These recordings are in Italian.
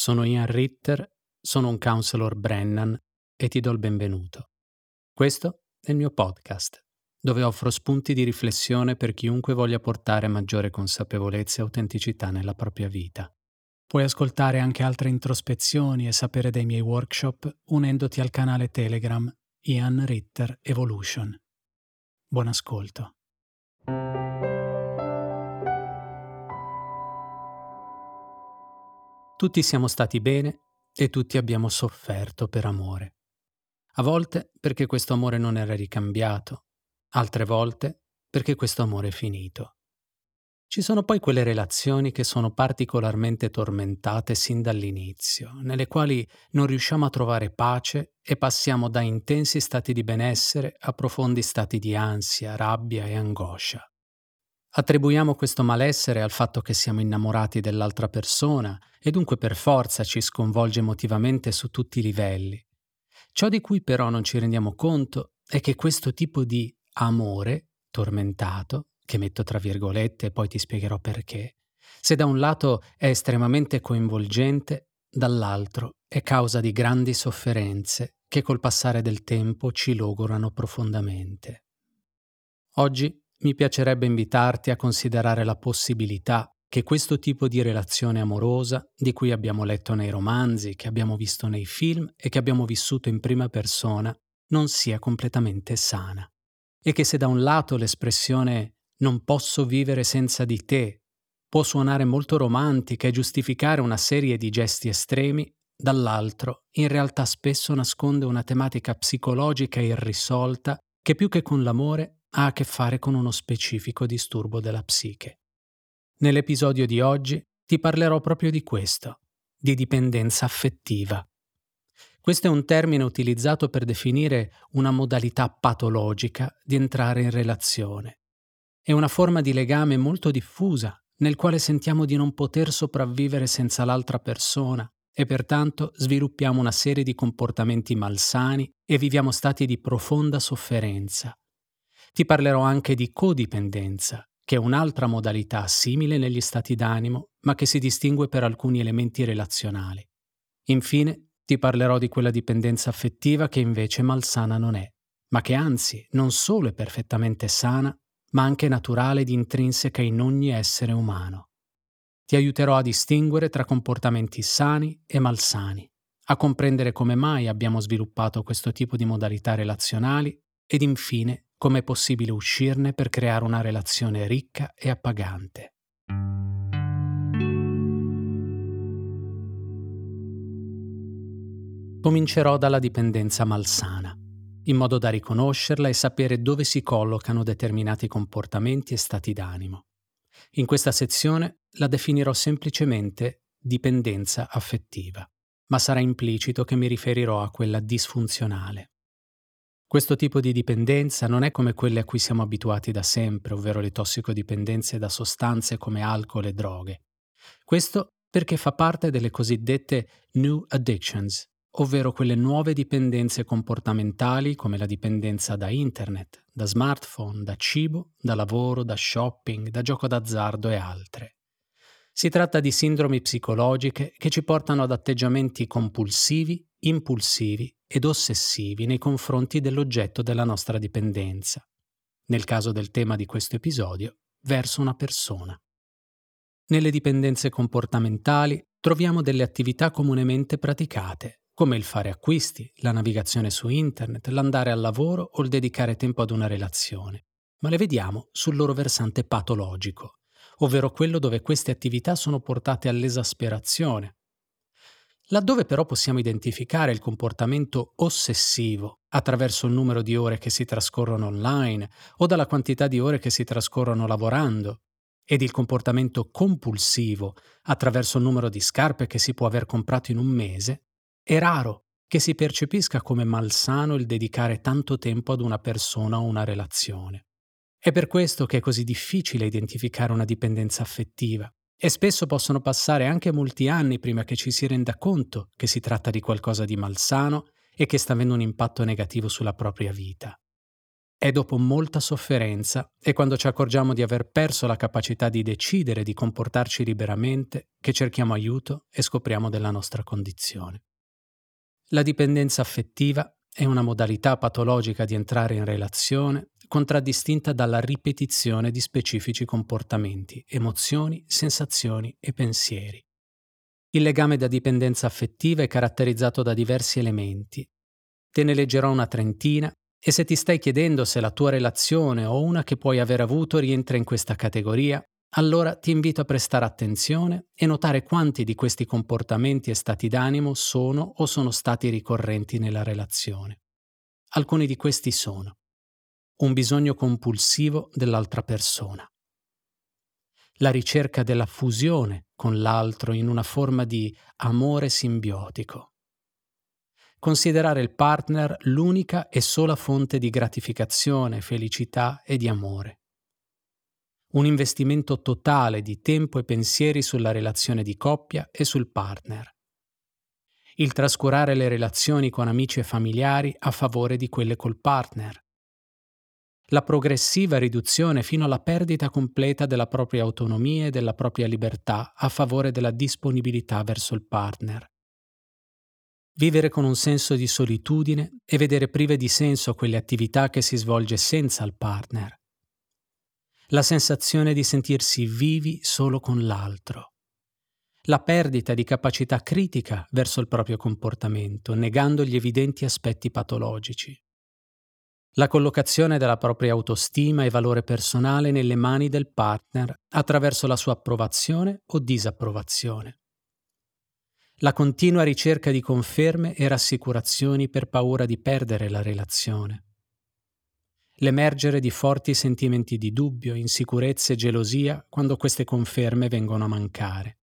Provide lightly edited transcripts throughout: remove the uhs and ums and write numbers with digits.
Sono Ian Ritter, sono un counselor Brennan e ti do il benvenuto. Questo è il mio podcast, dove offro spunti di riflessione per chiunque voglia portare maggiore consapevolezza e autenticità nella propria vita. Puoi ascoltare anche altre introspezioni e sapere dei miei workshop unendoti al canale Telegram Ian Ritter Evolution. Buon ascolto. Tutti siamo stati bene e tutti abbiamo sofferto per amore. A volte perché questo amore non era ricambiato, altre volte perché questo amore è finito. Ci sono poi quelle relazioni che sono particolarmente tormentate sin dall'inizio, nelle quali non riusciamo a trovare pace e passiamo da intensi stati di benessere a profondi stati di ansia, rabbia e angoscia. Attribuiamo questo malessere al fatto che siamo innamorati dell'altra persona e dunque per forza ci sconvolge emotivamente su tutti i livelli. Ciò di cui però non ci rendiamo conto è che questo tipo di amore tormentato, che metto tra virgolette e poi ti spiegherò perché, se da un lato è estremamente coinvolgente, dall'altro è causa di grandi sofferenze che col passare del tempo ci logorano profondamente. Oggi mi piacerebbe invitarti a considerare la possibilità che questo tipo di relazione amorosa, di cui abbiamo letto nei romanzi, che abbiamo visto nei film e che abbiamo vissuto in prima persona, non sia completamente sana. E che se da un lato l'espressione «non posso vivere senza di te» può suonare molto romantica e giustificare una serie di gesti estremi, dall'altro in realtà spesso nasconde una tematica psicologica irrisolta che più che con l'amore ha a che fare con uno specifico disturbo della psiche. Nell'episodio di oggi ti parlerò proprio di questo, di dipendenza affettiva. Questo è un termine utilizzato per definire una modalità patologica di entrare in relazione. È una forma di legame molto diffusa, nel quale sentiamo di non poter sopravvivere senza l'altra persona e pertanto sviluppiamo una serie di comportamenti malsani e viviamo stati di profonda sofferenza. Ti parlerò anche di codipendenza, che è un'altra modalità simile negli stati d'animo, ma che si distingue per alcuni elementi relazionali. Infine, ti parlerò di quella dipendenza affettiva che invece malsana non è, ma che anzi non solo è perfettamente sana, ma anche naturale ed intrinseca in ogni essere umano. Ti aiuterò a distinguere tra comportamenti sani e malsani, a comprendere come mai abbiamo sviluppato questo tipo di modalità relazionali ed infine come è possibile uscirne per creare una relazione ricca e appagante. Comincerò dalla dipendenza malsana, in modo da riconoscerla e sapere dove si collocano determinati comportamenti e stati d'animo. In questa sezione la definirò semplicemente dipendenza affettiva, ma sarà implicito che mi riferirò a quella disfunzionale. Questo tipo di dipendenza non è come quelle a cui siamo abituati da sempre, ovvero le tossicodipendenze da sostanze come alcol e droghe. Questo perché fa parte delle cosiddette new addictions, ovvero quelle nuove dipendenze comportamentali come la dipendenza da internet, da smartphone, da cibo, da lavoro, da shopping, da gioco d'azzardo e altre. Si tratta di sindromi psicologiche che ci portano ad atteggiamenti compulsivi, impulsivi ed ossessivi nei confronti dell'oggetto della nostra dipendenza. Nel caso del tema di questo episodio, verso una persona. Nelle dipendenze comportamentali troviamo delle attività comunemente praticate, come il fare acquisti, la navigazione su internet, l'andare al lavoro o il dedicare tempo ad una relazione, ma le vediamo sul loro versante patologico, ovvero quello dove queste attività sono portate all'esasperazione. Laddove però possiamo identificare il comportamento ossessivo attraverso il numero di ore che si trascorrono online o dalla quantità di ore che si trascorrono lavorando, ed il comportamento compulsivo attraverso il numero di scarpe che si può aver comprato in un mese, è raro che si percepisca come malsano il dedicare tanto tempo ad una persona o una relazione. È per questo che è così difficile identificare una dipendenza affettiva e spesso possono passare anche molti anni prima che ci si renda conto che si tratta di qualcosa di malsano e che sta avendo un impatto negativo sulla propria vita. È dopo molta sofferenza e quando ci accorgiamo di aver perso la capacità di decidere di comportarci liberamente che cerchiamo aiuto e scopriamo della nostra condizione. La dipendenza affettiva è una modalità patologica di entrare in relazione contraddistinta dalla ripetizione di specifici comportamenti, emozioni, sensazioni e pensieri. Il legame da dipendenza affettiva è caratterizzato da diversi elementi. Te ne leggerò una trentina e se ti stai chiedendo se la tua relazione o una che puoi aver avuto rientra in questa categoria, allora ti invito a prestare attenzione e notare quanti di questi comportamenti e stati d'animo sono o sono stati ricorrenti nella relazione. Alcuni di questi sono: un bisogno compulsivo dell'altra persona, la ricerca della fusione con l'altro in una forma di amore simbiotico, considerare il partner l'unica e sola fonte di gratificazione, felicità e di amore, un investimento totale di tempo e pensieri sulla relazione di coppia e sul partner, il trascurare le relazioni con amici e familiari a favore di quelle col partner, la progressiva riduzione fino alla perdita completa della propria autonomia e della propria libertà a favore della disponibilità verso il partner. Vivere con un senso di solitudine e vedere prive di senso quelle attività che si svolge senza il partner. La sensazione di sentirsi vivi solo con l'altro. La perdita di capacità critica verso il proprio comportamento, negando gli evidenti aspetti patologici. La collocazione della propria autostima e valore personale nelle mani del partner attraverso la sua approvazione o disapprovazione. La continua ricerca di conferme e rassicurazioni per paura di perdere la relazione. L'emergere di forti sentimenti di dubbio, insicurezza e gelosia quando queste conferme vengono a mancare.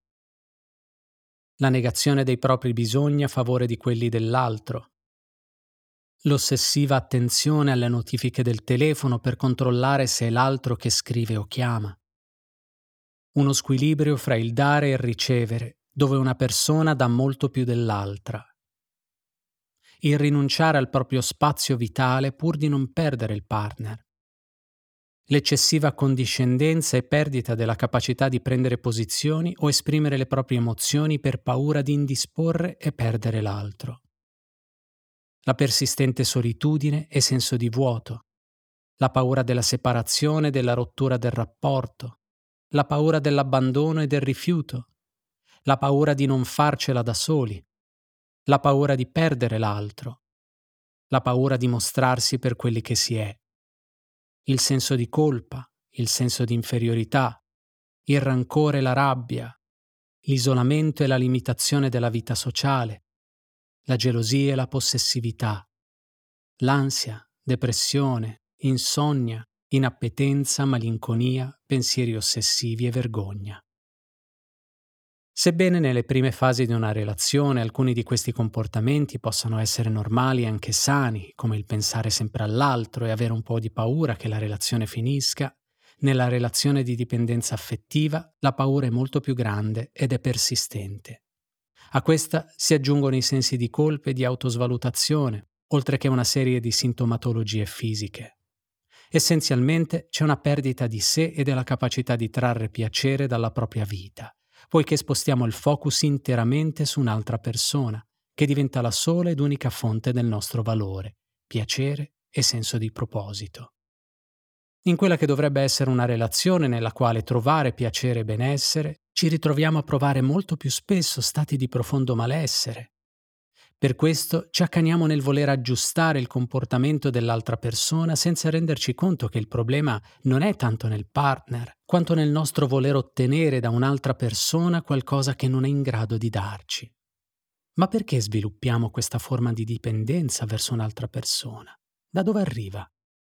La negazione dei propri bisogni a favore di quelli dell'altro. L'ossessiva attenzione alle notifiche del telefono per controllare se è l'altro che scrive o chiama. Uno squilibrio fra il dare e il ricevere, dove una persona dà molto più dell'altra. Il rinunciare al proprio spazio vitale pur di non perdere il partner. L'eccessiva condiscendenza e perdita della capacità di prendere posizioni o esprimere le proprie emozioni per paura di indisporre e perdere l'altro. La persistente solitudine e senso di vuoto, la paura della separazione e della rottura del rapporto, la paura dell'abbandono e del rifiuto, la paura di non farcela da soli, la paura di perdere l'altro, la paura di mostrarsi per quelli che si è, il senso di colpa, il senso di inferiorità, il rancore e la rabbia, l'isolamento e la limitazione della vita sociale, la gelosia e la possessività, l'ansia, depressione, insonnia, inappetenza, malinconia, pensieri ossessivi e vergogna. Sebbene nelle prime fasi di una relazione alcuni di questi comportamenti possano essere normali e anche sani, come il pensare sempre all'altro e avere un po' di paura che la relazione finisca, nella relazione di dipendenza affettiva la paura è molto più grande ed è persistente. A questa si aggiungono i sensi di colpa e di autosvalutazione, oltre che una serie di sintomatologie fisiche. Essenzialmente c'è una perdita di sé e della capacità di trarre piacere dalla propria vita, poiché spostiamo il focus interamente su un'altra persona, che diventa la sola ed unica fonte del nostro valore, piacere e senso di proposito. In quella che dovrebbe essere una relazione nella quale trovare piacere e benessere, ci ritroviamo a provare molto più spesso stati di profondo malessere. Per questo ci accaniamo nel voler aggiustare il comportamento dell'altra persona senza renderci conto che il problema non è tanto nel partner, quanto nel nostro voler ottenere da un'altra persona qualcosa che non è in grado di darci. Ma perché sviluppiamo questa forma di dipendenza verso un'altra persona? Da dove arriva?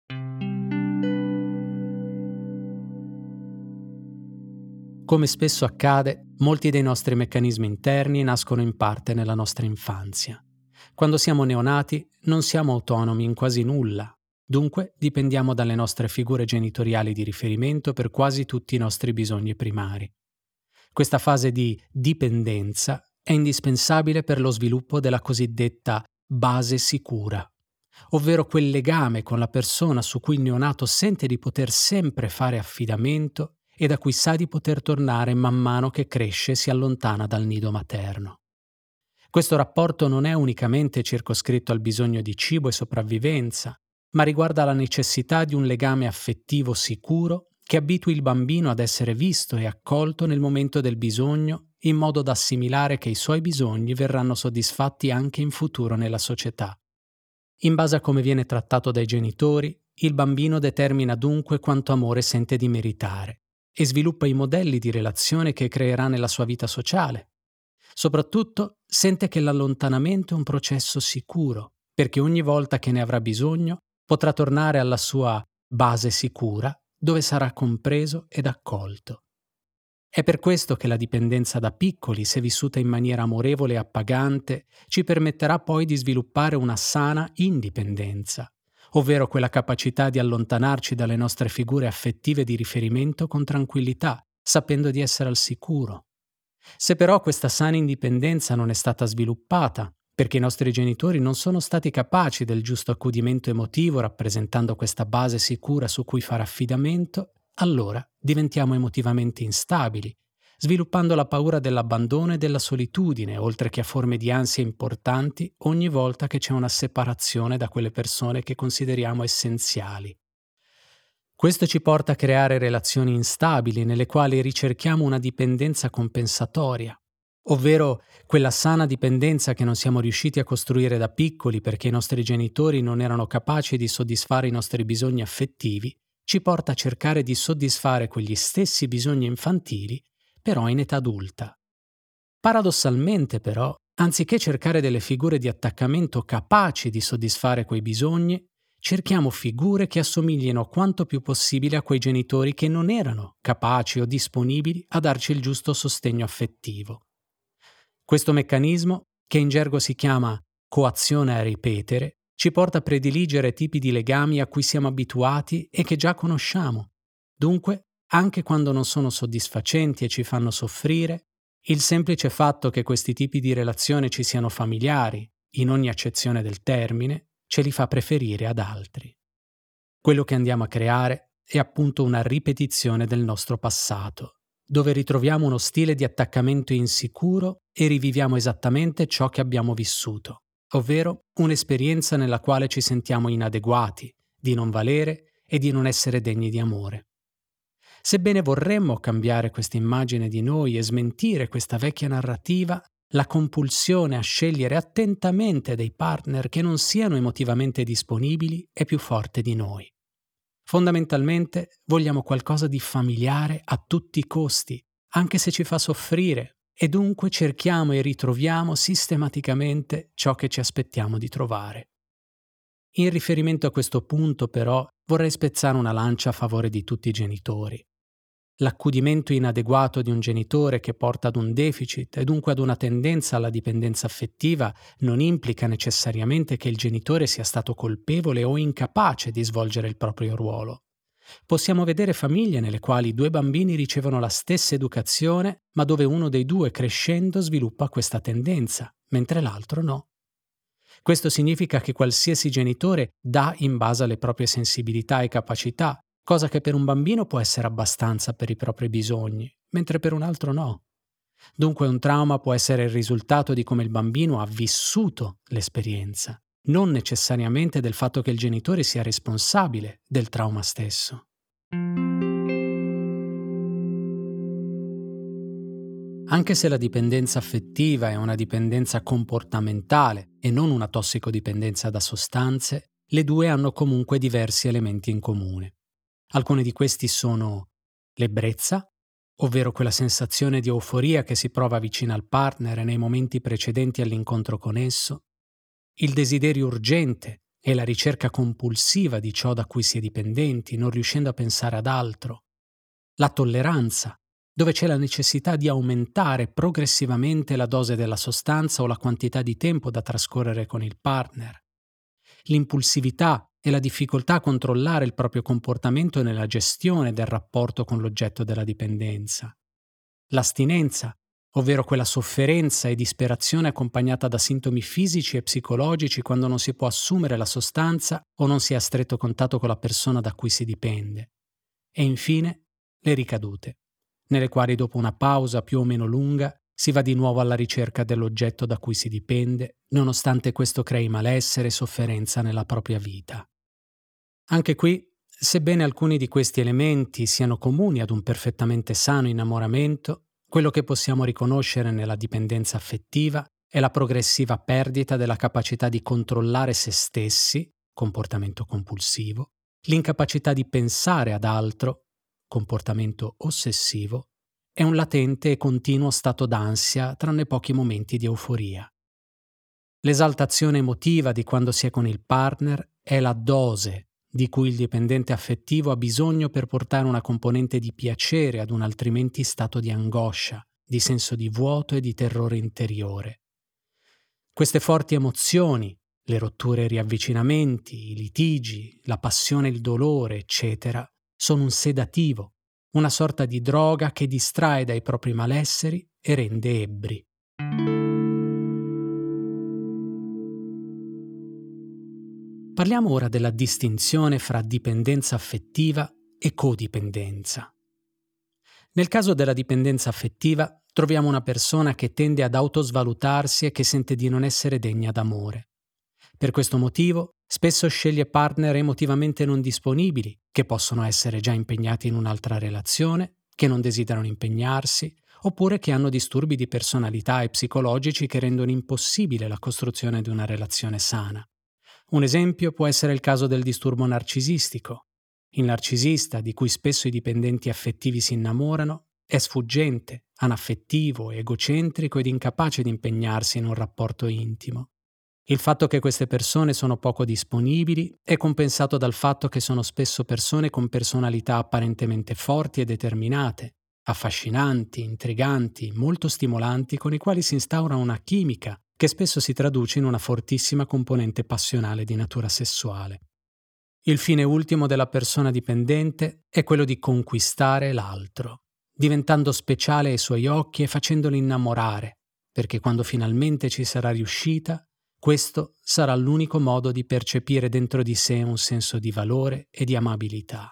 Come spesso accade, molti dei nostri meccanismi interni nascono in parte nella nostra infanzia. Quando siamo neonati non siamo autonomi in quasi nulla, dunque dipendiamo dalle nostre figure genitoriali di riferimento per quasi tutti i nostri bisogni primari. Questa fase di dipendenza è indispensabile per lo sviluppo della cosiddetta base sicura, ovvero quel legame con la persona su cui il neonato sente di poter sempre fare affidamento e da cui sa di poter tornare man mano che cresce e si allontana dal nido materno. Questo rapporto non è unicamente circoscritto al bisogno di cibo e sopravvivenza, ma riguarda la necessità di un legame affettivo sicuro che abitui il bambino ad essere visto e accolto nel momento del bisogno, in modo da assimilare che i suoi bisogni verranno soddisfatti anche in futuro nella società. In base a come viene trattato dai genitori, il bambino determina dunque quanto amore sente di meritare e sviluppa i modelli di relazione che creerà nella sua vita sociale. Soprattutto sente che l'allontanamento è un processo sicuro, perché ogni volta che ne avrà bisogno potrà tornare alla sua base sicura, dove sarà compreso ed accolto. È per questo che la dipendenza da piccoli, se vissuta in maniera amorevole e appagante, ci permetterà poi di sviluppare una sana indipendenza, ovvero quella capacità di allontanarci dalle nostre figure affettive di riferimento con tranquillità, sapendo di essere al sicuro. Se però questa sana indipendenza non è stata sviluppata, perché i nostri genitori non sono stati capaci del giusto accudimento emotivo rappresentando questa base sicura su cui fare affidamento, allora diventiamo emotivamente instabili, sviluppando la paura dell'abbandono e della solitudine, oltre che a forme di ansia importanti ogni volta che c'è una separazione da quelle persone che consideriamo essenziali. Questo ci porta a creare relazioni instabili nelle quali ricerchiamo una dipendenza compensatoria, ovvero quella sana dipendenza che non siamo riusciti a costruire da piccoli perché i nostri genitori non erano capaci di soddisfare i nostri bisogni affettivi, ci porta a cercare di soddisfare quegli stessi bisogni infantili, però in età adulta. Paradossalmente, però, anziché cercare delle figure di attaccamento capaci di soddisfare quei bisogni, cerchiamo figure che assomiglino quanto più possibile a quei genitori che non erano capaci o disponibili a darci il giusto sostegno affettivo. Questo meccanismo, che in gergo si chiama coazione a ripetere, ci porta a prediligere tipi di legami a cui siamo abituati e che già conosciamo. Dunque, anche quando non sono soddisfacenti e ci fanno soffrire, il semplice fatto che questi tipi di relazione ci siano familiari, in ogni accezione del termine, ce li fa preferire ad altri. Quello che andiamo a creare è appunto una ripetizione del nostro passato, dove ritroviamo uno stile di attaccamento insicuro e riviviamo esattamente ciò che abbiamo vissuto, ovvero un'esperienza nella quale ci sentiamo inadeguati, di non valere e di non essere degni di amore. Sebbene vorremmo cambiare questa immagine di noi e smentire questa vecchia narrativa, la compulsione a scegliere attentamente dei partner che non siano emotivamente disponibili è più forte di noi. Fondamentalmente vogliamo qualcosa di familiare a tutti i costi, anche se ci fa soffrire, e dunque cerchiamo e ritroviamo sistematicamente ciò che ci aspettiamo di trovare. In riferimento a questo punto, però, vorrei spezzare una lancia a favore di tutti i genitori. L'accudimento inadeguato di un genitore che porta ad un deficit e dunque ad una tendenza alla dipendenza affettiva non implica necessariamente che il genitore sia stato colpevole o incapace di svolgere il proprio ruolo. Possiamo vedere famiglie nelle quali due bambini ricevono la stessa educazione, ma dove uno dei due crescendo sviluppa questa tendenza, mentre l'altro no. Questo significa che qualsiasi genitore dà in base alle proprie sensibilità e capacità, cosa che per un bambino può essere abbastanza per i propri bisogni, mentre per un altro no. Dunque un trauma può essere il risultato di come il bambino ha vissuto l'esperienza, non necessariamente del fatto che il genitore sia responsabile del trauma stesso. Anche se la dipendenza affettiva è una dipendenza comportamentale e non una tossicodipendenza da sostanze, le due hanno comunque diversi elementi in comune. Alcuni di questi sono l'ebbrezza, ovvero quella sensazione di euforia che si prova vicino al partner nei momenti precedenti all'incontro con esso, il desiderio urgente e la ricerca compulsiva di ciò da cui si è dipendenti, non riuscendo a pensare ad altro, la tolleranza, dove c'è la necessità di aumentare progressivamente la dose della sostanza o la quantità di tempo da trascorrere con il partner, l'impulsività e la difficoltà a controllare il proprio comportamento nella gestione del rapporto con l'oggetto della dipendenza, l'astinenza, ovvero quella sofferenza e disperazione accompagnata da sintomi fisici e psicologici quando non si può assumere la sostanza o non si è a stretto contatto con la persona da cui si dipende. E infine le ricadute, nelle quali dopo una pausa più o meno lunga si va di nuovo alla ricerca dell'oggetto da cui si dipende, nonostante questo crei malessere e sofferenza nella propria vita. Anche qui, sebbene alcuni di questi elementi siano comuni ad un perfettamente sano innamoramento, quello che possiamo riconoscere nella dipendenza affettiva è la progressiva perdita della capacità di controllare se stessi, comportamento compulsivo, l'incapacità di pensare ad altro, comportamento ossessivo, e un latente e continuo stato d'ansia tranne pochi momenti di euforia. L'esaltazione emotiva di quando si è con il partner è la dose di cui il dipendente affettivo ha bisogno per portare una componente di piacere ad un altrimenti stato di angoscia, di senso di vuoto e di terrore interiore. Queste forti emozioni, le rotture e i riavvicinamenti, i litigi, la passione e il dolore, eccetera, sono un sedativo, una sorta di droga che distrae dai propri malesseri e rende ebbri. Parliamo ora della distinzione fra dipendenza affettiva e codipendenza. Nel caso della dipendenza affettiva troviamo una persona che tende ad autosvalutarsi e che sente di non essere degna d'amore. Per questo motivo spesso sceglie partner emotivamente non disponibili, che possono essere già impegnati in un'altra relazione, che non desiderano impegnarsi, oppure che hanno disturbi di personalità e psicologici che rendono impossibile la costruzione di una relazione sana. Un esempio può essere il caso del disturbo narcisistico. Il narcisista, di cui spesso i dipendenti affettivi si innamorano, è sfuggente, anaffettivo, egocentrico ed incapace di impegnarsi in un rapporto intimo. Il fatto che queste persone sono poco disponibili è compensato dal fatto che sono spesso persone con personalità apparentemente forti e determinate, affascinanti, intriganti, molto stimolanti, con i quali si instaura una chimica che spesso si traduce in una fortissima componente passionale di natura sessuale. Il fine ultimo della persona dipendente è quello di conquistare l'altro, diventando speciale ai suoi occhi e facendolo innamorare, perché quando finalmente ci sarà riuscita, questo sarà l'unico modo di percepire dentro di sé un senso di valore e di amabilità.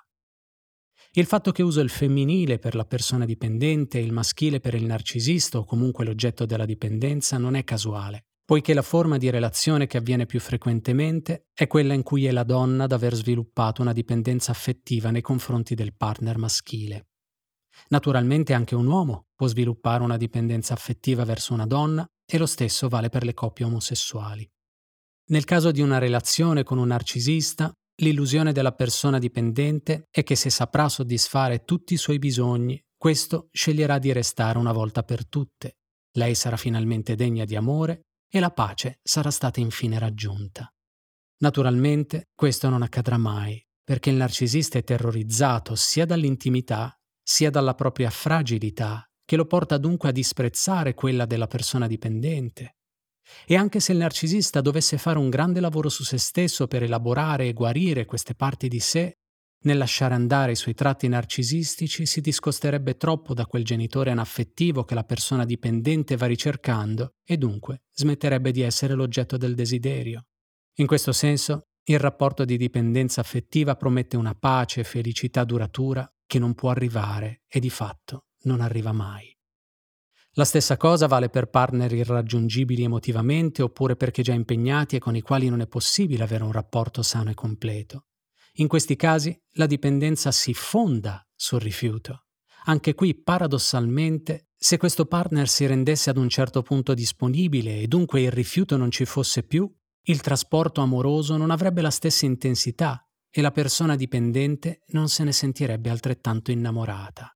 Il fatto che uso il femminile per la persona dipendente e il maschile per il narcisista o comunque l'oggetto della dipendenza non è casuale, poiché la forma di relazione che avviene più frequentemente è quella in cui è la donna ad aver sviluppato una dipendenza affettiva nei confronti del partner maschile. Naturalmente anche un uomo può sviluppare una dipendenza affettiva verso una donna e lo stesso vale per le coppie omosessuali. Nel caso di una relazione con un narcisista, l'illusione della persona dipendente è che se saprà soddisfare tutti i suoi bisogni, questo sceglierà di restare una volta per tutte. Lei sarà finalmente degna di amore e la pace sarà stata infine raggiunta. Naturalmente questo non accadrà mai, perché il narcisista è terrorizzato sia dall'intimità sia dalla propria fragilità, che lo porta dunque a disprezzare quella della persona dipendente. E anche se il narcisista dovesse fare un grande lavoro su se stesso per elaborare e guarire queste parti di sé, nel lasciare andare i suoi tratti narcisistici si discosterebbe troppo da quel genitore anaffettivo che la persona dipendente va ricercando e dunque smetterebbe di essere l'oggetto del desiderio. In questo senso, il rapporto di dipendenza affettiva promette una pace e felicità duratura che non può arrivare e di fatto non arriva mai. La stessa cosa vale per partner irraggiungibili emotivamente oppure perché già impegnati e con i quali non è possibile avere un rapporto sano e completo. In questi casi la dipendenza si fonda sul rifiuto. Anche qui, paradossalmente, se questo partner si rendesse ad un certo punto disponibile e dunque il rifiuto non ci fosse più, il trasporto amoroso non avrebbe la stessa intensità e la persona dipendente non se ne sentirebbe altrettanto innamorata.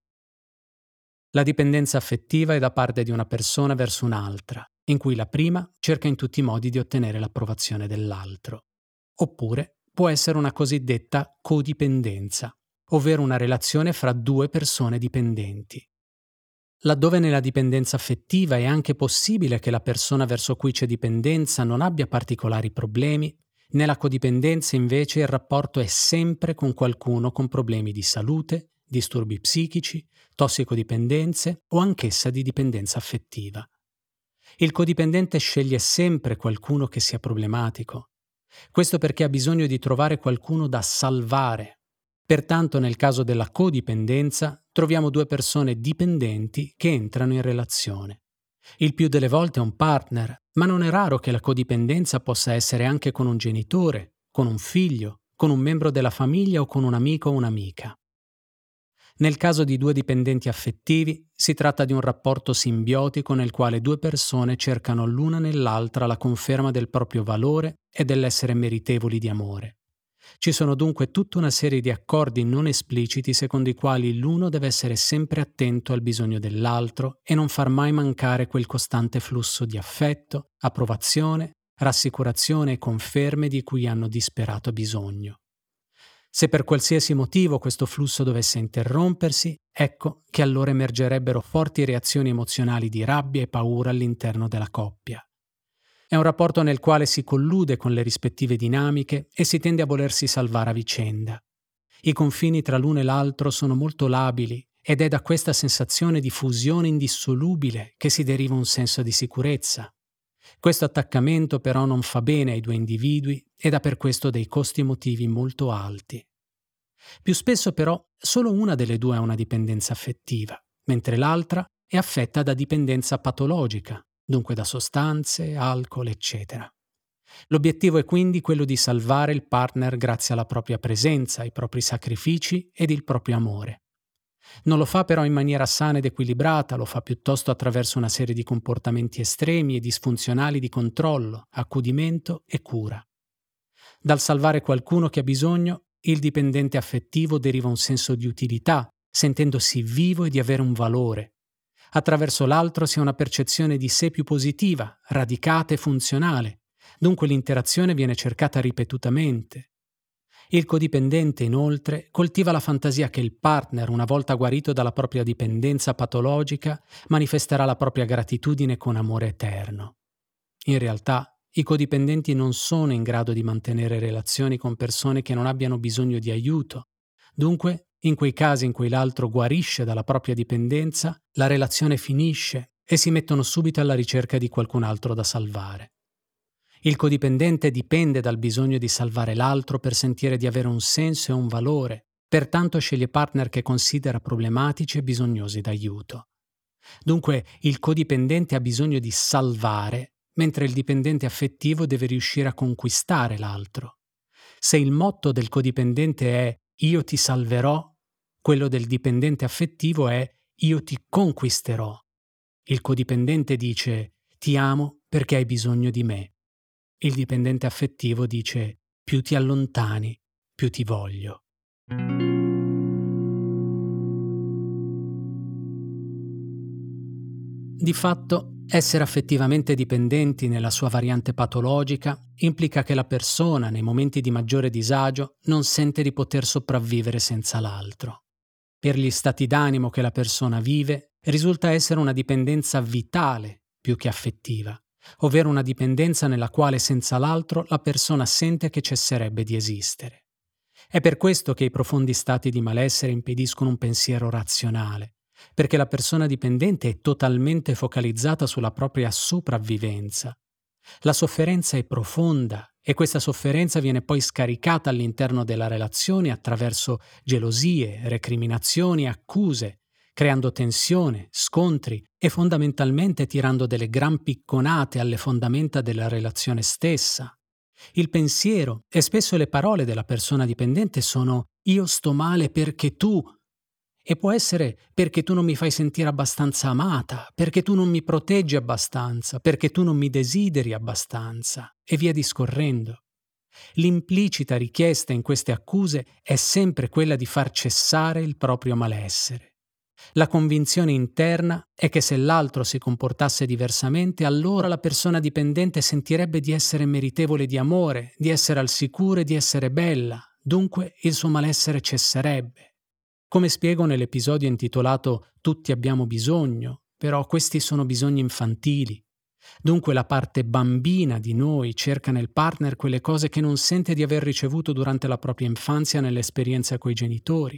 La dipendenza affettiva è da parte di una persona verso un'altra, in cui la prima cerca in tutti i modi di ottenere l'approvazione dell'altro. Oppure può essere una cosiddetta codipendenza, ovvero una relazione fra due persone dipendenti. Laddove nella dipendenza affettiva è anche possibile che la persona verso cui c'è dipendenza non abbia particolari problemi, nella codipendenza invece il rapporto è sempre con qualcuno con problemi di salute, disturbi psichici, tossicodipendenze o anch'essa di dipendenza affettiva. Il codipendente sceglie sempre qualcuno che sia problematico. Questo perché ha bisogno di trovare qualcuno da salvare. Pertanto, nel caso della codipendenza, troviamo due persone dipendenti che entrano in relazione. Il più delle volte è un partner, ma non è raro che la codipendenza possa essere anche con un genitore, con un figlio, con un membro della famiglia o con un amico o un'amica. Nel caso di due dipendenti affettivi, si tratta di un rapporto simbiotico nel quale due persone cercano l'una nell'altra la conferma del proprio valore e dell'essere meritevoli di amore. Ci sono dunque tutta una serie di accordi non espliciti secondo i quali l'uno deve essere sempre attento al bisogno dell'altro e non far mai mancare quel costante flusso di affetto, approvazione, rassicurazione e conferme di cui hanno disperato bisogno. Se per qualsiasi motivo questo flusso dovesse interrompersi, ecco che allora emergerebbero forti reazioni emozionali di rabbia e paura all'interno della coppia. È un rapporto nel quale si collude con le rispettive dinamiche e si tende a volersi salvare a vicenda. I confini tra l'uno e l'altro sono molto labili ed è da questa sensazione di fusione indissolubile che si deriva un senso di sicurezza. Questo attaccamento però non fa bene ai due individui ed ha per questo dei costi emotivi molto alti. Più spesso però solo una delle due ha una dipendenza affettiva, mentre l'altra è affetta da dipendenza patologica, dunque da sostanze, alcol, eccetera. L'obiettivo è quindi quello di salvare il partner grazie alla propria presenza, ai propri sacrifici ed il proprio amore. Non lo fa però in maniera sana ed equilibrata, lo fa piuttosto attraverso una serie di comportamenti estremi e disfunzionali di controllo, accudimento e cura. Dal salvare qualcuno che ha bisogno, il dipendente affettivo deriva un senso di utilità, sentendosi vivo e di avere un valore. Attraverso l'altro si ha una percezione di sé più positiva, radicata e funzionale. Dunque l'interazione viene cercata ripetutamente. Il codipendente, inoltre, coltiva la fantasia che il partner, una volta guarito dalla propria dipendenza patologica, manifesterà la propria gratitudine con amore eterno. In realtà, i codipendenti non sono in grado di mantenere relazioni con persone che non abbiano bisogno di aiuto. Dunque, in quei casi in cui l'altro guarisce dalla propria dipendenza, la relazione finisce e si mettono subito alla ricerca di qualcun altro da salvare. Il codipendente dipende dal bisogno di salvare l'altro per sentire di avere un senso e un valore, pertanto sceglie partner che considera problematici e bisognosi d'aiuto. Dunque, il codipendente ha bisogno di salvare, mentre il dipendente affettivo deve riuscire a conquistare l'altro. Se il motto del codipendente è "io ti salverò", quello del dipendente affettivo è "io ti conquisterò". Il codipendente dice "ti amo perché hai bisogno di me". Il dipendente affettivo dice "più ti allontani, più ti voglio". Di fatto, essere affettivamente dipendenti nella sua variante patologica implica che la persona, nei momenti di maggiore disagio, non sente di poter sopravvivere senza l'altro. Per gli stati d'animo che la persona vive, risulta essere una dipendenza vitale più che affettiva, ovvero una dipendenza nella quale senza l'altro la persona sente che cesserebbe di esistere. È per questo che i profondi stati di malessere impediscono un pensiero razionale, perché la persona dipendente è totalmente focalizzata sulla propria sopravvivenza. La sofferenza è profonda e questa sofferenza viene poi scaricata all'interno della relazione attraverso gelosie, recriminazioni e accuse, creando tensione, scontri e fondamentalmente tirando delle gran picconate alle fondamenta della relazione stessa. Il pensiero e spesso le parole della persona dipendente sono "io sto male perché tu", e può essere perché tu non mi fai sentire abbastanza amata, perché tu non mi proteggi abbastanza, perché tu non mi desideri abbastanza, e via discorrendo. L'implicita richiesta in queste accuse è sempre quella di far cessare il proprio malessere. La convinzione interna è che se l'altro si comportasse diversamente, allora la persona dipendente sentirebbe di essere meritevole di amore, di essere al sicuro e di essere bella, dunque il suo malessere cesserebbe. Come spiego nell'episodio intitolato "Tutti abbiamo bisogno", però questi sono bisogni infantili. Dunque la parte bambina di noi cerca nel partner quelle cose che non sente di aver ricevuto durante la propria infanzia nell'esperienza coi genitori.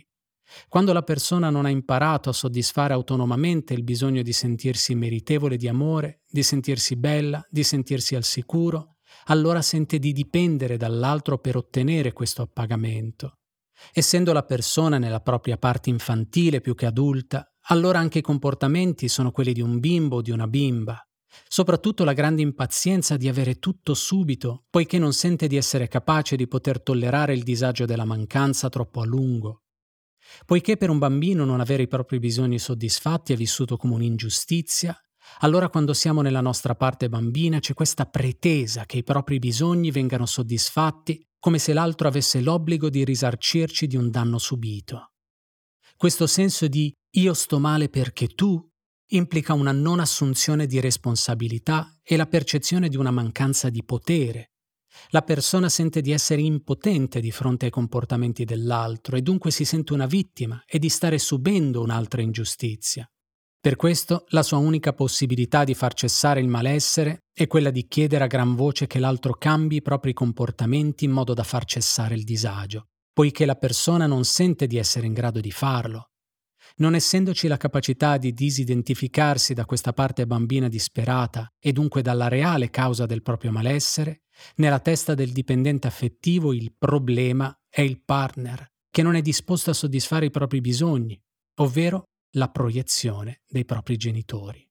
Quando la persona non ha imparato a soddisfare autonomamente il bisogno di sentirsi meritevole di amore, di sentirsi bella, di sentirsi al sicuro, allora sente di dipendere dall'altro per ottenere questo appagamento. Essendo la persona nella propria parte infantile più che adulta, allora anche i comportamenti sono quelli di un bimbo o di una bimba. Soprattutto la grande impazienza di avere tutto subito, poiché non sente di essere capace di poter tollerare il disagio della mancanza troppo a lungo. Poiché per un bambino non avere i propri bisogni soddisfatti è vissuto come un'ingiustizia, allora quando siamo nella nostra parte bambina c'è questa pretesa che i propri bisogni vengano soddisfatti come se l'altro avesse l'obbligo di risarcirci di un danno subito. Questo senso di io sto male perché tu implica una non assunzione di responsabilità e la percezione di una mancanza di potere. La persona sente di essere impotente di fronte ai comportamenti dell'altro e dunque si sente una vittima e di stare subendo un'altra ingiustizia. Per questo la sua unica possibilità di far cessare il malessere è quella di chiedere a gran voce che l'altro cambi i propri comportamenti in modo da far cessare il disagio, poiché la persona non sente di essere in grado di farlo. Non essendoci la capacità di disidentificarsi da questa parte bambina disperata e dunque dalla reale causa del proprio malessere, nella testa del dipendente affettivo il problema è il partner, che non è disposto a soddisfare i propri bisogni, ovvero la proiezione dei propri genitori.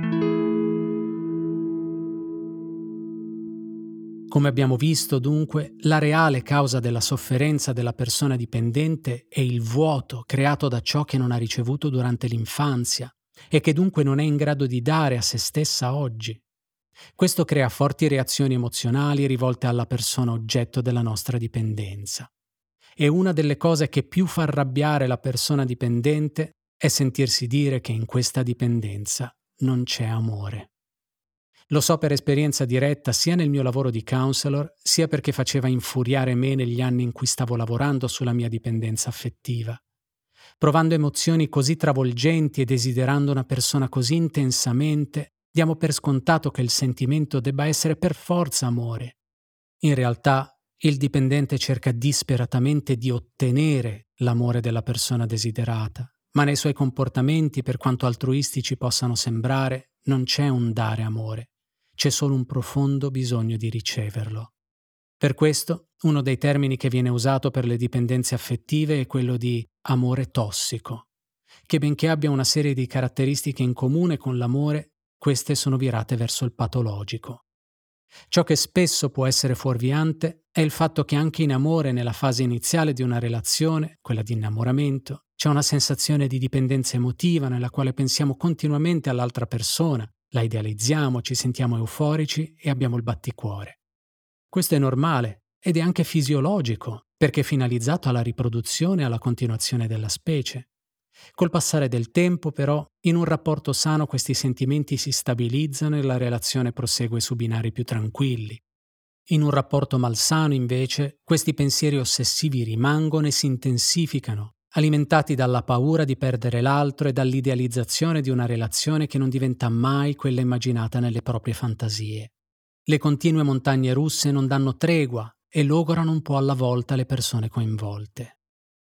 Come abbiamo visto, dunque, la reale causa della sofferenza della persona dipendente è il vuoto creato da ciò che non ha ricevuto durante l'infanzia e che dunque non è in grado di dare a se stessa oggi. Questo crea forti reazioni emozionali rivolte alla persona oggetto della nostra dipendenza. E una delle cose che più fa arrabbiare la persona dipendente è sentirsi dire che in questa dipendenza non c'è amore. Lo so per esperienza diretta sia nel mio lavoro di counselor, sia perché faceva infuriare me negli anni in cui stavo lavorando sulla mia dipendenza affettiva. Provando emozioni così travolgenti e desiderando una persona così intensamente, diamo per scontato che il sentimento debba essere per forza amore. In realtà, il dipendente cerca disperatamente di ottenere l'amore della persona desiderata, ma nei suoi comportamenti, per quanto altruistici possano sembrare, non c'è un dare amore. C'è solo un profondo bisogno di riceverlo. Per questo, uno dei termini che viene usato per le dipendenze affettive è quello di amore tossico, che benché abbia una serie di caratteristiche in comune con l'amore, queste sono virate verso il patologico. Ciò che spesso può essere fuorviante è il fatto che anche in amore, nella fase iniziale di una relazione, quella di innamoramento, c'è una sensazione di dipendenza emotiva nella quale pensiamo continuamente all'altra persona, la idealizziamo, ci sentiamo euforici e abbiamo il batticuore. Questo è normale ed è anche fisiologico, perché è finalizzato alla riproduzione e alla continuazione della specie. Col passare del tempo, però, in un rapporto sano questi sentimenti si stabilizzano e la relazione prosegue su binari più tranquilli. In un rapporto malsano, invece, questi pensieri ossessivi rimangono e si intensificano, alimentati dalla paura di perdere l'altro e dall'idealizzazione di una relazione che non diventa mai quella immaginata nelle proprie fantasie. Le continue montagne russe non danno tregua e logorano un po' alla volta le persone coinvolte.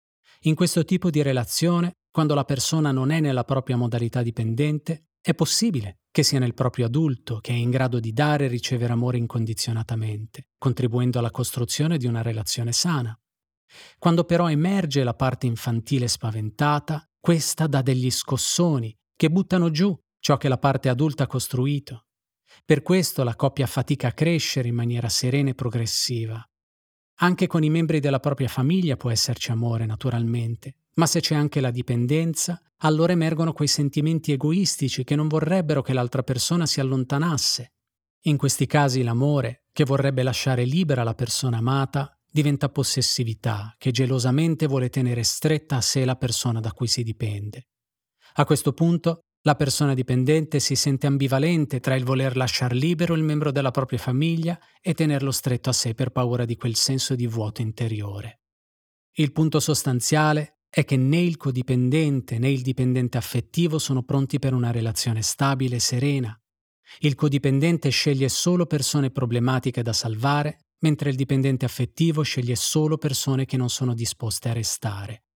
In questo tipo di relazione, quando la persona non è nella propria modalità dipendente, è possibile che sia nel proprio adulto che è in grado di dare e ricevere amore incondizionatamente, contribuendo alla costruzione di una relazione sana. Quando però emerge la parte infantile spaventata, questa dà degli scossoni che buttano giù ciò che la parte adulta ha costruito. Per questo la coppia fatica a crescere in maniera serena e progressiva. Anche con i membri della propria famiglia può esserci amore, naturalmente, ma se c'è anche la dipendenza, allora emergono quei sentimenti egoistici che non vorrebbero che l'altra persona si allontanasse. In questi casi l'amore, che vorrebbe lasciare libera la persona amata, diventa possessività, che gelosamente vuole tenere stretta a sé la persona da cui si dipende. A questo punto, la persona dipendente si sente ambivalente tra il voler lasciar libero il membro della propria famiglia e tenerlo stretto a sé per paura di quel senso di vuoto interiore. Il punto sostanziale è che né il codipendente né il dipendente affettivo sono pronti per una relazione stabile e serena. Il codipendente sceglie solo persone problematiche da salvare, mentre il dipendente affettivo sceglie solo persone che non sono disposte a restare.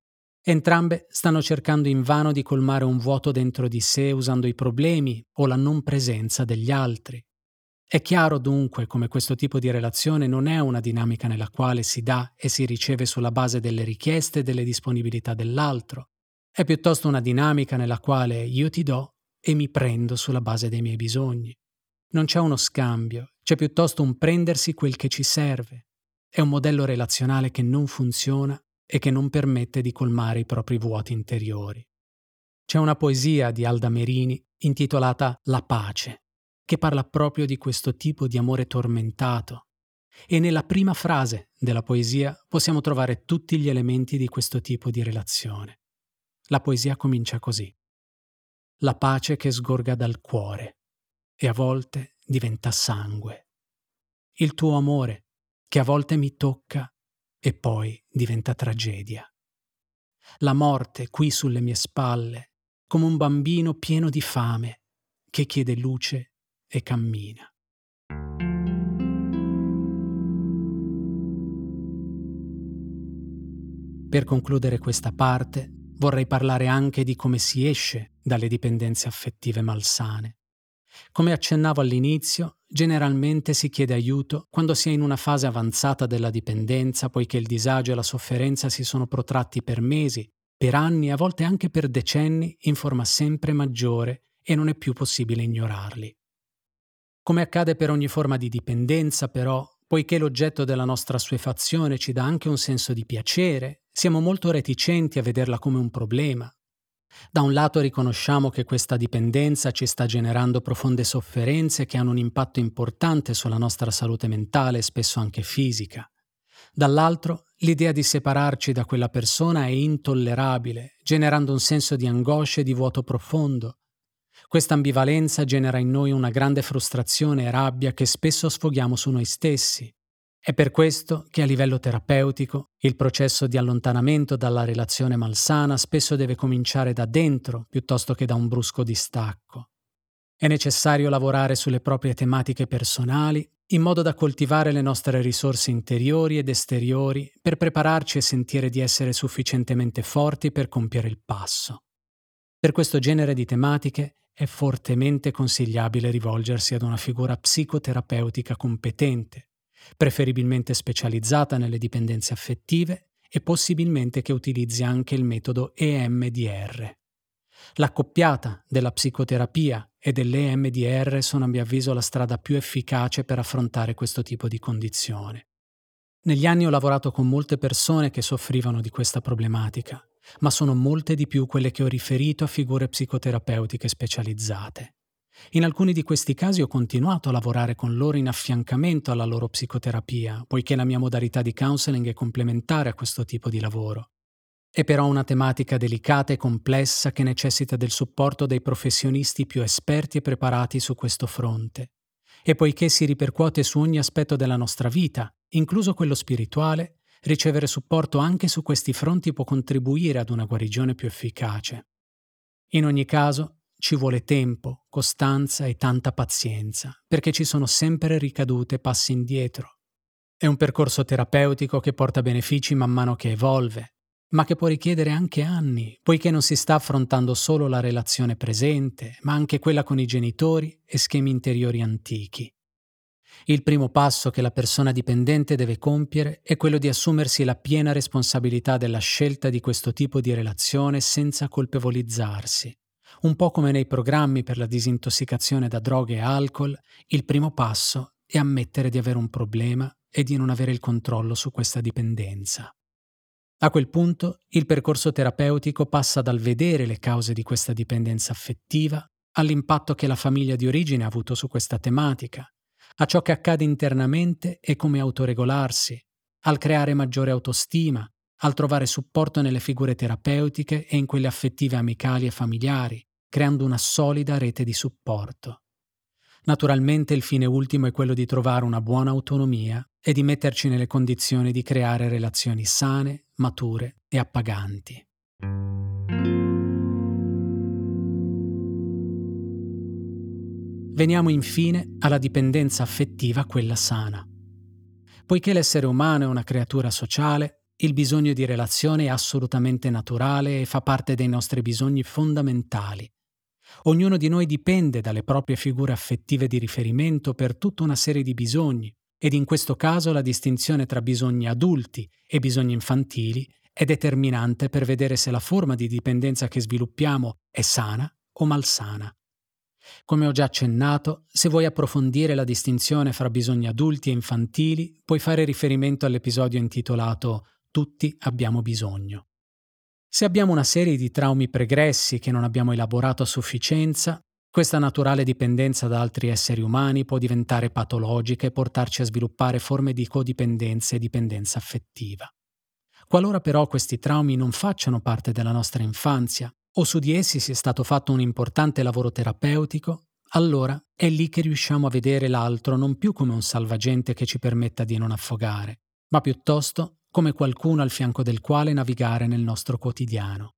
Entrambe stanno cercando invano di colmare un vuoto dentro di sé usando i problemi o la non presenza degli altri. È chiaro dunque come questo tipo di relazione non è una dinamica nella quale si dà e si riceve sulla base delle richieste e delle disponibilità dell'altro. È piuttosto una dinamica nella quale io ti do e mi prendo sulla base dei miei bisogni. Non c'è uno scambio, c'è piuttosto un prendersi quel che ci serve. È un modello relazionale che non funziona e che non permette di colmare i propri vuoti interiori. C'è una poesia di Alda Merini intitolata La pace, che parla proprio di questo tipo di amore tormentato. E nella prima frase della poesia possiamo trovare tutti gli elementi di questo tipo di relazione. La poesia comincia così. La pace che sgorga dal cuore e a volte diventa sangue. Il tuo amore che a volte mi tocca e poi diventa tragedia. La morte qui sulle mie spalle, come un bambino pieno di fame che chiede luce e cammina. Per concludere questa parte, vorrei parlare anche di come si esce dalle dipendenze affettive malsane. Come accennavo all'inizio, generalmente si chiede aiuto quando si è in una fase avanzata della dipendenza, poiché il disagio e la sofferenza si sono protratti per mesi, per anni e a volte anche per decenni in forma sempre maggiore e non è più possibile ignorarli. Come accade per ogni forma di dipendenza, però, poiché l'oggetto della nostra assuefazione ci dà anche un senso di piacere, siamo molto reticenti a vederla come un problema. Da un lato riconosciamo che questa dipendenza ci sta generando profonde sofferenze che hanno un impatto importante sulla nostra salute mentale e spesso anche fisica. Dall'altro, l'idea di separarci da quella persona è intollerabile, generando un senso di angoscia e di vuoto profondo. Questa ambivalenza genera in noi una grande frustrazione e rabbia che spesso sfoghiamo su noi stessi. È per questo che a livello terapeutico il processo di allontanamento dalla relazione malsana spesso deve cominciare da dentro piuttosto che da un brusco distacco. È necessario lavorare sulle proprie tematiche personali in modo da coltivare le nostre risorse interiori ed esteriori per prepararci e sentire di essere sufficientemente forti per compiere il passo. Per questo genere di tematiche è fortemente consigliabile rivolgersi ad una figura psicoterapeutica competente, preferibilmente specializzata nelle dipendenze affettive e possibilmente che utilizzi anche il metodo EMDR. L'accoppiata della psicoterapia e dell'EMDR sono a mio avviso la strada più efficace per affrontare questo tipo di condizione. Negli anni ho lavorato con molte persone che soffrivano di questa problematica, ma sono molte di più quelle che ho riferito a figure psicoterapeutiche specializzate. In alcuni di questi casi ho continuato a lavorare con loro in affiancamento alla loro psicoterapia, poiché la mia modalità di counseling è complementare a questo tipo di lavoro. È però una tematica delicata e complessa che necessita del supporto dei professionisti più esperti e preparati su questo fronte. E poiché si ripercuote su ogni aspetto della nostra vita, incluso quello spirituale, ricevere supporto anche su questi fronti può contribuire ad una guarigione più efficace. In ogni caso, ci vuole tempo, costanza e tanta pazienza, perché ci sono sempre ricadute e passi indietro. È un percorso terapeutico che porta benefici man mano che evolve, ma che può richiedere anche anni, poiché non si sta affrontando solo la relazione presente, ma anche quella con i genitori e schemi interiori antichi. Il primo passo che la persona dipendente deve compiere è quello di assumersi la piena responsabilità della scelta di questo tipo di relazione senza colpevolizzarsi. Un po' come nei programmi per la disintossicazione da droghe e alcol, il primo passo è ammettere di avere un problema e di non avere il controllo su questa dipendenza. A quel punto, il percorso terapeutico passa dal vedere le cause di questa dipendenza affettiva all'impatto che la famiglia di origine ha avuto su questa tematica, a ciò che accade internamente e come autoregolarsi, al creare maggiore autostima, al trovare supporto nelle figure terapeutiche e in quelle affettive amicali e familiari, creando una solida rete di supporto. Naturalmente il fine ultimo è quello di trovare una buona autonomia e di metterci nelle condizioni di creare relazioni sane, mature e appaganti. Veniamo infine alla dipendenza affettiva, quella sana. Poiché l'essere umano è una creatura sociale, il bisogno di relazione è assolutamente naturale e fa parte dei nostri bisogni fondamentali. Ognuno di noi dipende dalle proprie figure affettive di riferimento per tutta una serie di bisogni, ed in questo caso la distinzione tra bisogni adulti e bisogni infantili è determinante per vedere se la forma di dipendenza che sviluppiamo è sana o malsana. Come ho già accennato, se vuoi approfondire la distinzione fra bisogni adulti e infantili, puoi fare riferimento all'episodio intitolato Tutti abbiamo bisogno. Se abbiamo una serie di traumi pregressi che non abbiamo elaborato a sufficienza, questa naturale dipendenza da altri esseri umani può diventare patologica e portarci a sviluppare forme di codipendenza e dipendenza affettiva. Qualora però questi traumi non facciano parte della nostra infanzia o su di essi sia stato fatto un importante lavoro terapeutico, allora è lì che riusciamo a vedere l'altro non più come un salvagente che ci permetta di non affogare, ma piuttosto come qualcuno al fianco del quale navigare nel nostro quotidiano.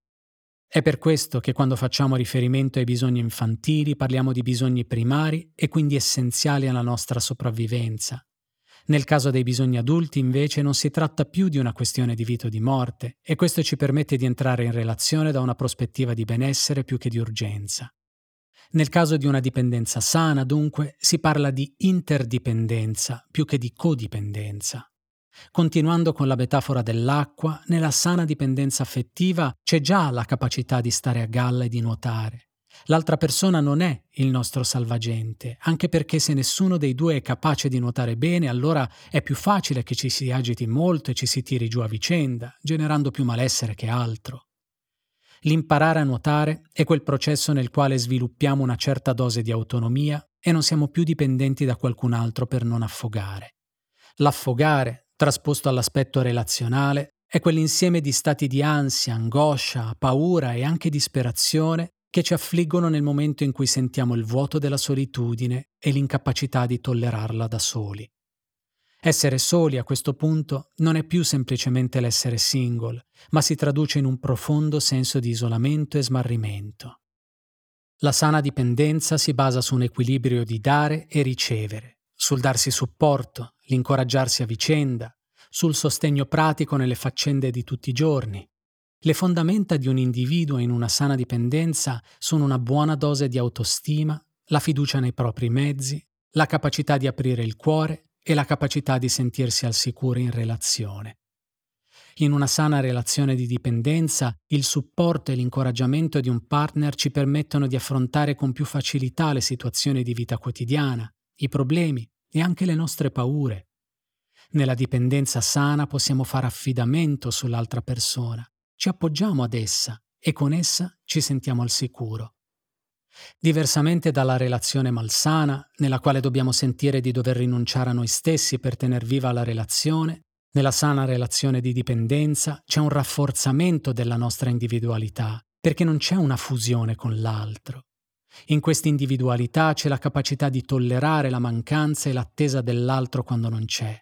È per questo che quando facciamo riferimento ai bisogni infantili parliamo di bisogni primari e quindi essenziali alla nostra sopravvivenza. Nel caso dei bisogni adulti, invece, non si tratta più di una questione di vita o di morte, e questo ci permette di entrare in relazione da una prospettiva di benessere più che di urgenza. Nel caso di una dipendenza sana, dunque, si parla di interdipendenza più che di codipendenza. Continuando con la metafora dell'acqua, nella sana dipendenza affettiva c'è già la capacità di stare a galla e di nuotare. L'altra persona non è il nostro salvagente, anche perché se nessuno dei due è capace di nuotare bene, allora è più facile che ci si agiti molto e ci si tiri giù a vicenda, generando più malessere che altro. L'imparare a nuotare è quel processo nel quale sviluppiamo una certa dose di autonomia e non siamo più dipendenti da qualcun altro per non affogare. L'affogare, trasposto all'aspetto relazionale, è quell'insieme di stati di ansia, angoscia, paura e anche disperazione che ci affliggono nel momento in cui sentiamo il vuoto della solitudine e l'incapacità di tollerarla da soli. Essere soli a questo punto non è più semplicemente l'essere single, ma si traduce in un profondo senso di isolamento e smarrimento. La sana dipendenza si basa su un equilibrio di dare e ricevere, sul darsi supporto, l'incoraggiarsi a vicenda, sul sostegno pratico nelle faccende di tutti i giorni. Le fondamenta di un individuo in una sana dipendenza sono una buona dose di autostima, la fiducia nei propri mezzi, la capacità di aprire il cuore e la capacità di sentirsi al sicuro in relazione. In una sana relazione di dipendenza, il supporto e l'incoraggiamento di un partner ci permettono di affrontare con più facilità le situazioni di vita quotidiana, i problemi e anche le nostre paure. Nella dipendenza sana possiamo fare affidamento sull'altra persona, ci appoggiamo ad essa e con essa ci sentiamo al sicuro. Diversamente dalla relazione malsana, nella quale dobbiamo sentire di dover rinunciare a noi stessi per tener viva la relazione, nella sana relazione di dipendenza c'è un rafforzamento della nostra individualità, perché non c'è una fusione con l'altro. In questa individualità c'è la capacità di tollerare la mancanza e l'attesa dell'altro quando non c'è.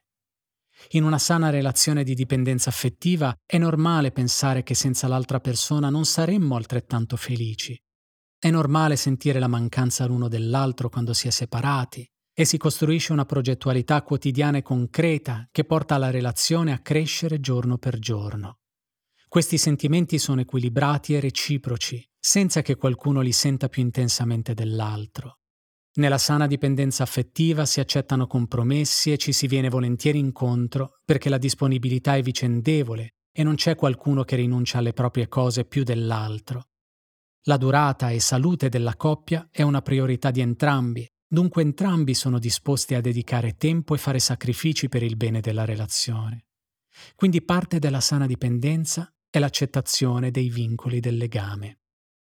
In una sana relazione di dipendenza affettiva è normale pensare che senza l'altra persona non saremmo altrettanto felici. È normale sentire la mancanza l'uno dell'altro quando si è separati e si costruisce una progettualità quotidiana e concreta che porta la relazione a crescere giorno per giorno. Questi sentimenti sono equilibrati e reciproci, senza che qualcuno li senta più intensamente dell'altro. Nella sana dipendenza affettiva si accettano compromessi e ci si viene volentieri incontro perché la disponibilità è vicendevole e non c'è qualcuno che rinuncia alle proprie cose più dell'altro. La durata e salute della coppia è una priorità di entrambi, dunque entrambi sono disposti a dedicare tempo e fare sacrifici per il bene della relazione. Quindi parte della sana dipendenza è l'accettazione dei vincoli del legame.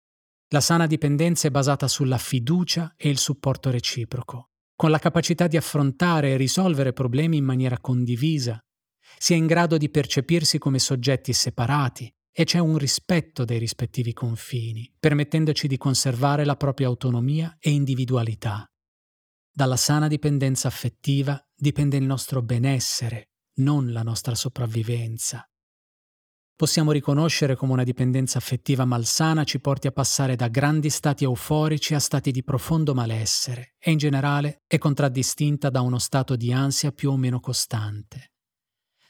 La sana dipendenza è basata sulla fiducia e il supporto reciproco, con la capacità di affrontare e risolvere problemi in maniera condivisa. Si è in grado di percepirsi come soggetti separati e c'è un rispetto dei rispettivi confini, permettendoci di conservare la propria autonomia e individualità. Dalla sana dipendenza affettiva dipende il nostro benessere, non la nostra sopravvivenza. Possiamo riconoscere come una dipendenza affettiva malsana ci porti a passare da grandi stati euforici a stati di profondo malessere e in generale è contraddistinta da uno stato di ansia più o meno costante.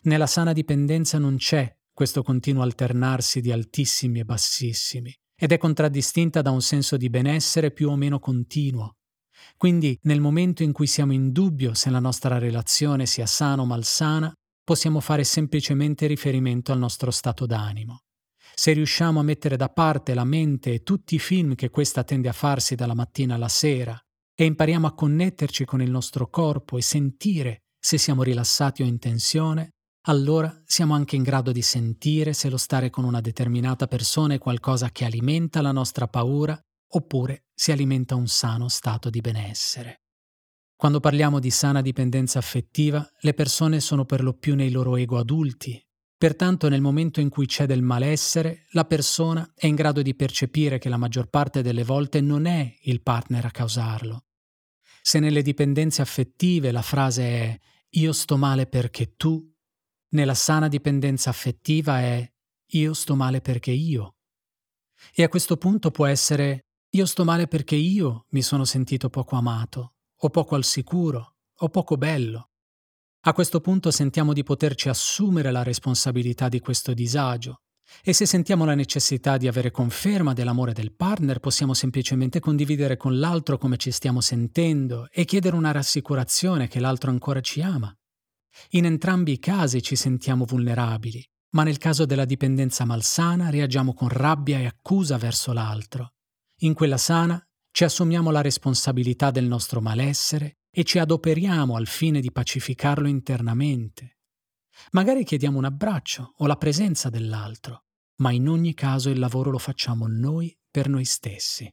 Nella sana dipendenza non c'è questo continuo alternarsi di altissimi e bassissimi, ed è contraddistinta da un senso di benessere più o meno continuo. Quindi, nel momento in cui siamo in dubbio se la nostra relazione sia sana o malsana, possiamo fare semplicemente riferimento al nostro stato d'animo. Se riusciamo a mettere da parte la mente e tutti i film che questa tende a farsi dalla mattina alla sera e impariamo a connetterci con il nostro corpo e sentire se siamo rilassati o in tensione, allora siamo anche in grado di sentire se lo stare con una determinata persona è qualcosa che alimenta la nostra paura oppure si alimenta un sano stato di benessere. Quando parliamo di sana dipendenza affettiva, le persone sono per lo più nei loro ego adulti. Pertanto, nel momento in cui c'è del malessere, la persona è in grado di percepire che la maggior parte delle volte non è il partner a causarlo. Se nelle dipendenze affettive la frase è «io sto male perché tu», nella sana dipendenza affettiva è «io sto male perché io». E a questo punto può essere «io sto male perché io mi sono sentito poco amato, o poco al sicuro, o poco bello». A questo punto sentiamo di poterci assumere la responsabilità di questo disagio e se sentiamo la necessità di avere conferma dell'amore del partner possiamo semplicemente condividere con l'altro come ci stiamo sentendo e chiedere una rassicurazione che l'altro ancora ci ama. In entrambi i casi ci sentiamo vulnerabili, ma nel caso della dipendenza malsana reagiamo con rabbia e accusa verso l'altro. In quella sana ci assumiamo la responsabilità del nostro malessere e ci adoperiamo al fine di pacificarlo internamente. Magari chiediamo un abbraccio o la presenza dell'altro, ma in ogni caso il lavoro lo facciamo noi per noi stessi.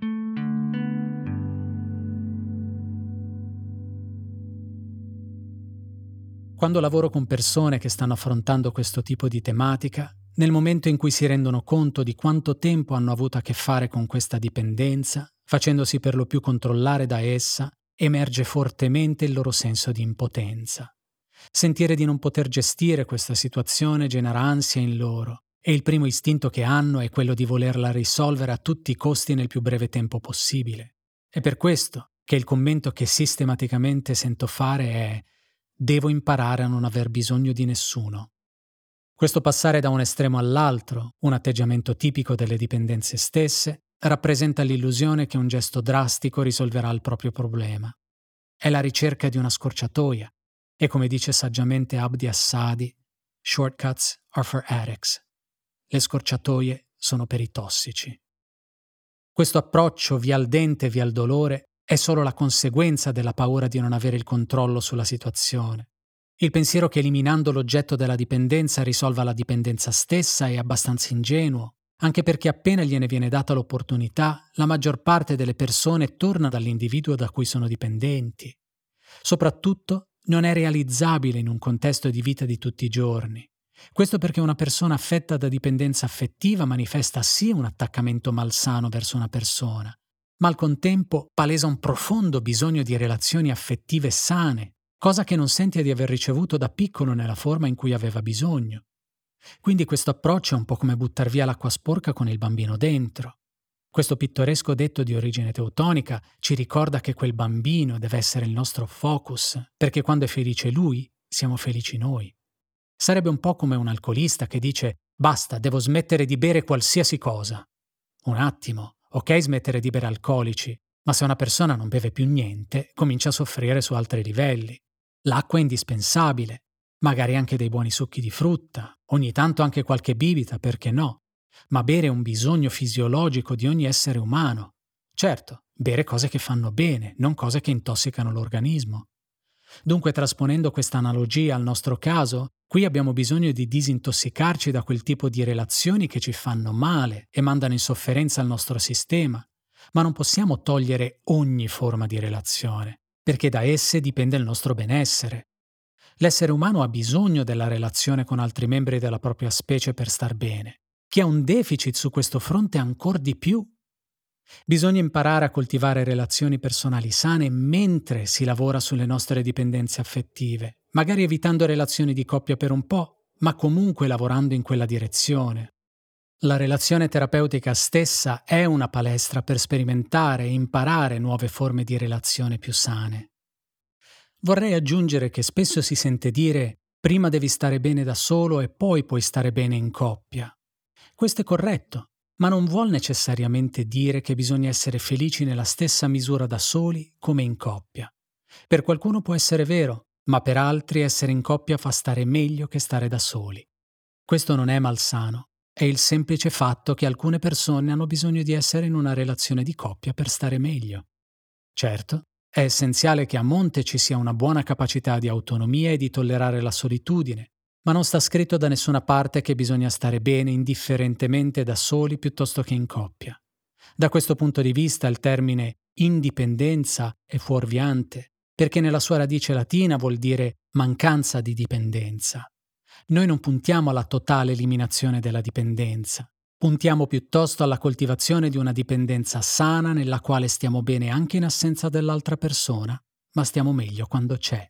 Quando lavoro con persone che stanno affrontando questo tipo di tematica, nel momento in cui si rendono conto di quanto tempo hanno avuto a che fare con questa dipendenza, facendosi per lo più controllare da essa, emerge fortemente il loro senso di impotenza. Sentire di non poter gestire questa situazione genera ansia in loro e il primo istinto che hanno è quello di volerla risolvere a tutti i costi nel più breve tempo possibile. È per questo che il commento che sistematicamente sento fare è «devo imparare a non aver bisogno di nessuno». Questo passare da un estremo all'altro, un atteggiamento tipico delle dipendenze stesse, rappresenta l'illusione che un gesto drastico risolverà il proprio problema. È la ricerca di una scorciatoia e, come dice saggiamente Abdi Assadi, «shortcuts are for addicts». Le scorciatoie sono per i tossici. Questo approccio via il dente, via il dolore, è solo la conseguenza della paura di non avere il controllo sulla situazione. Il pensiero che eliminando l'oggetto della dipendenza risolva la dipendenza stessa è abbastanza ingenuo, anche perché appena gliene viene data l'opportunità, la maggior parte delle persone torna dall'individuo da cui sono dipendenti. Soprattutto, non è realizzabile in un contesto di vita di tutti i giorni. Questo perché una persona affetta da dipendenza affettiva manifesta sì un attaccamento malsano verso una persona, ma al contempo palesa un profondo bisogno di relazioni affettive sane, cosa che non sente di aver ricevuto da piccolo nella forma in cui aveva bisogno. Quindi questo approccio è un po' come buttar via l'acqua sporca con il bambino dentro. Questo pittoresco detto di origine teutonica ci ricorda che quel bambino deve essere il nostro focus, perché quando è felice lui, siamo felici noi. Sarebbe un po' come un alcolista che dice «basta, devo smettere di bere qualsiasi cosa». Un attimo, ok smettere di bere alcolici, ma se una persona non beve più niente, comincia a soffrire su altri livelli. L'acqua è indispensabile, magari anche dei buoni succhi di frutta, ogni tanto anche qualche bibita, perché no? Ma bere è un bisogno fisiologico di ogni essere umano. Certo, bere cose che fanno bene, non cose che intossicano l'organismo. Dunque, trasponendo questa analogia al nostro caso, qui abbiamo bisogno di disintossicarci da quel tipo di relazioni che ci fanno male e mandano in sofferenza il nostro sistema, ma non possiamo togliere ogni forma di relazione, perché da esse dipende il nostro benessere. L'essere umano ha bisogno della relazione con altri membri della propria specie per star bene. Chi ha un deficit su questo fronte ancor di più. Bisogna imparare a coltivare relazioni personali sane mentre si lavora sulle nostre dipendenze affettive, magari evitando relazioni di coppia per un po', ma comunque lavorando in quella direzione. La relazione terapeutica stessa è una palestra per sperimentare e imparare nuove forme di relazione più sane. Vorrei aggiungere che spesso si sente dire Prima devi stare bene da solo e poi puoi stare bene in coppia. Questo è corretto, ma non vuol necessariamente dire che bisogna essere felici nella stessa misura da soli come in coppia. Per qualcuno può essere vero, ma per altri essere in coppia fa stare meglio che stare da soli. Questo non è malsano, è il semplice fatto che alcune persone hanno bisogno di essere in una relazione di coppia per stare meglio. Certo, è essenziale che a monte ci sia una buona capacità di autonomia e di tollerare la solitudine, ma non sta scritto da nessuna parte che bisogna stare bene indifferentemente da soli piuttosto che in coppia. Da questo punto di vista il termine indipendenza è fuorviante, perché nella sua radice latina vuol dire mancanza di dipendenza. Noi non puntiamo alla totale eliminazione della dipendenza. Puntiamo piuttosto alla coltivazione di una dipendenza sana nella quale stiamo bene anche in assenza dell'altra persona, ma stiamo meglio quando c'è.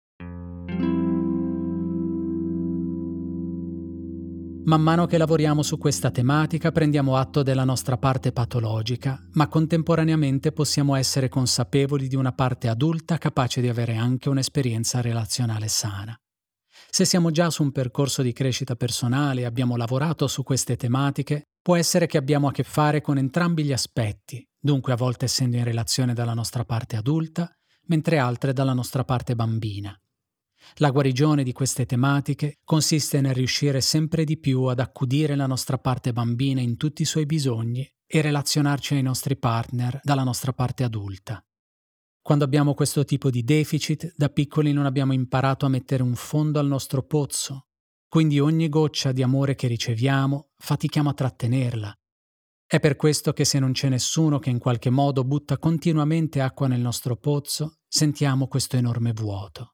Man mano che lavoriamo su questa tematica prendiamo atto della nostra parte patologica, ma contemporaneamente possiamo essere consapevoli di una parte adulta capace di avere anche un'esperienza relazionale sana. Se siamo già su un percorso di crescita personale e abbiamo lavorato su queste tematiche, può essere che abbiamo a che fare con entrambi gli aspetti, dunque a volte essendo in relazione dalla nostra parte adulta, mentre altre dalla nostra parte bambina. La guarigione di queste tematiche consiste nel riuscire sempre di più ad accudire la nostra parte bambina in tutti i suoi bisogni e relazionarci ai nostri partner dalla nostra parte adulta. Quando abbiamo questo tipo di deficit, da piccoli non abbiamo imparato a mettere un fondo al nostro pozzo, quindi ogni goccia di amore che riceviamo fatichiamo a trattenerla. È per questo che se non c'è nessuno che in qualche modo butta continuamente acqua nel nostro pozzo, sentiamo questo enorme vuoto.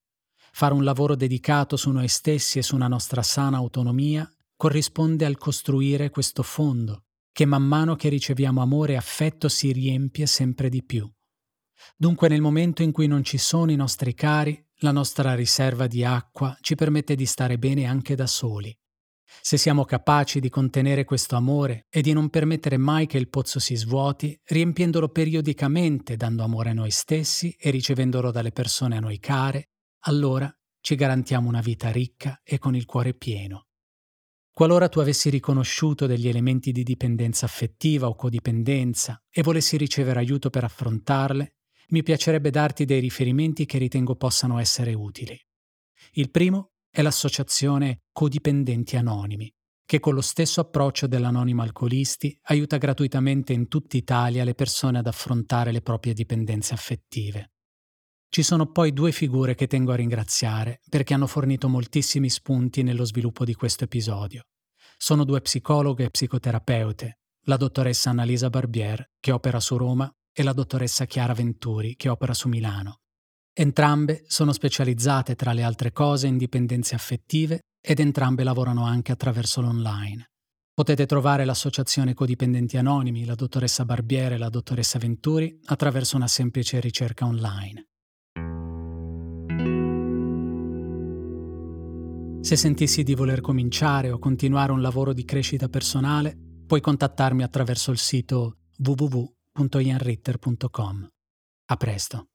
Fare un lavoro dedicato su noi stessi e su una nostra sana autonomia corrisponde al costruire questo fondo, che man mano che riceviamo amore e affetto si riempie sempre di più. Dunque nel momento in cui non ci sono i nostri cari, la nostra riserva di acqua ci permette di stare bene anche da soli. Se siamo capaci di contenere questo amore e di non permettere mai che il pozzo si svuoti, riempiendolo periodicamente dando amore a noi stessi e ricevendolo dalle persone a noi care, allora ci garantiamo una vita ricca e con il cuore pieno. Qualora tu avessi riconosciuto degli elementi di dipendenza affettiva o codipendenza e volessi ricevere aiuto per affrontarle, mi piacerebbe darti dei riferimenti che ritengo possano essere utili. Il primo è l'associazione Codipendenti Anonimi, che con lo stesso approccio dell'Anonimo Alcolisti aiuta gratuitamente in tutta Italia le persone ad affrontare le proprie dipendenze affettive. Ci sono poi due figure che tengo a ringraziare perché hanno fornito moltissimi spunti nello sviluppo di questo episodio. Sono due psicologhe e psicoterapeute, la dottoressa Annalisa Barbier, che opera su Roma, e la dottoressa Chiara Venturi, che opera su Milano. Entrambe sono specializzate, tra le altre cose, in dipendenze affettive ed entrambe lavorano anche attraverso l'online. Potete trovare l'associazione Codipendenti Anonimi, la dottoressa Barbier e la dottoressa Venturi attraverso una semplice ricerca online. Se sentissi di voler cominciare o continuare un lavoro di crescita personale, puoi contattarmi attraverso il sito www.ianritter.com. A presto.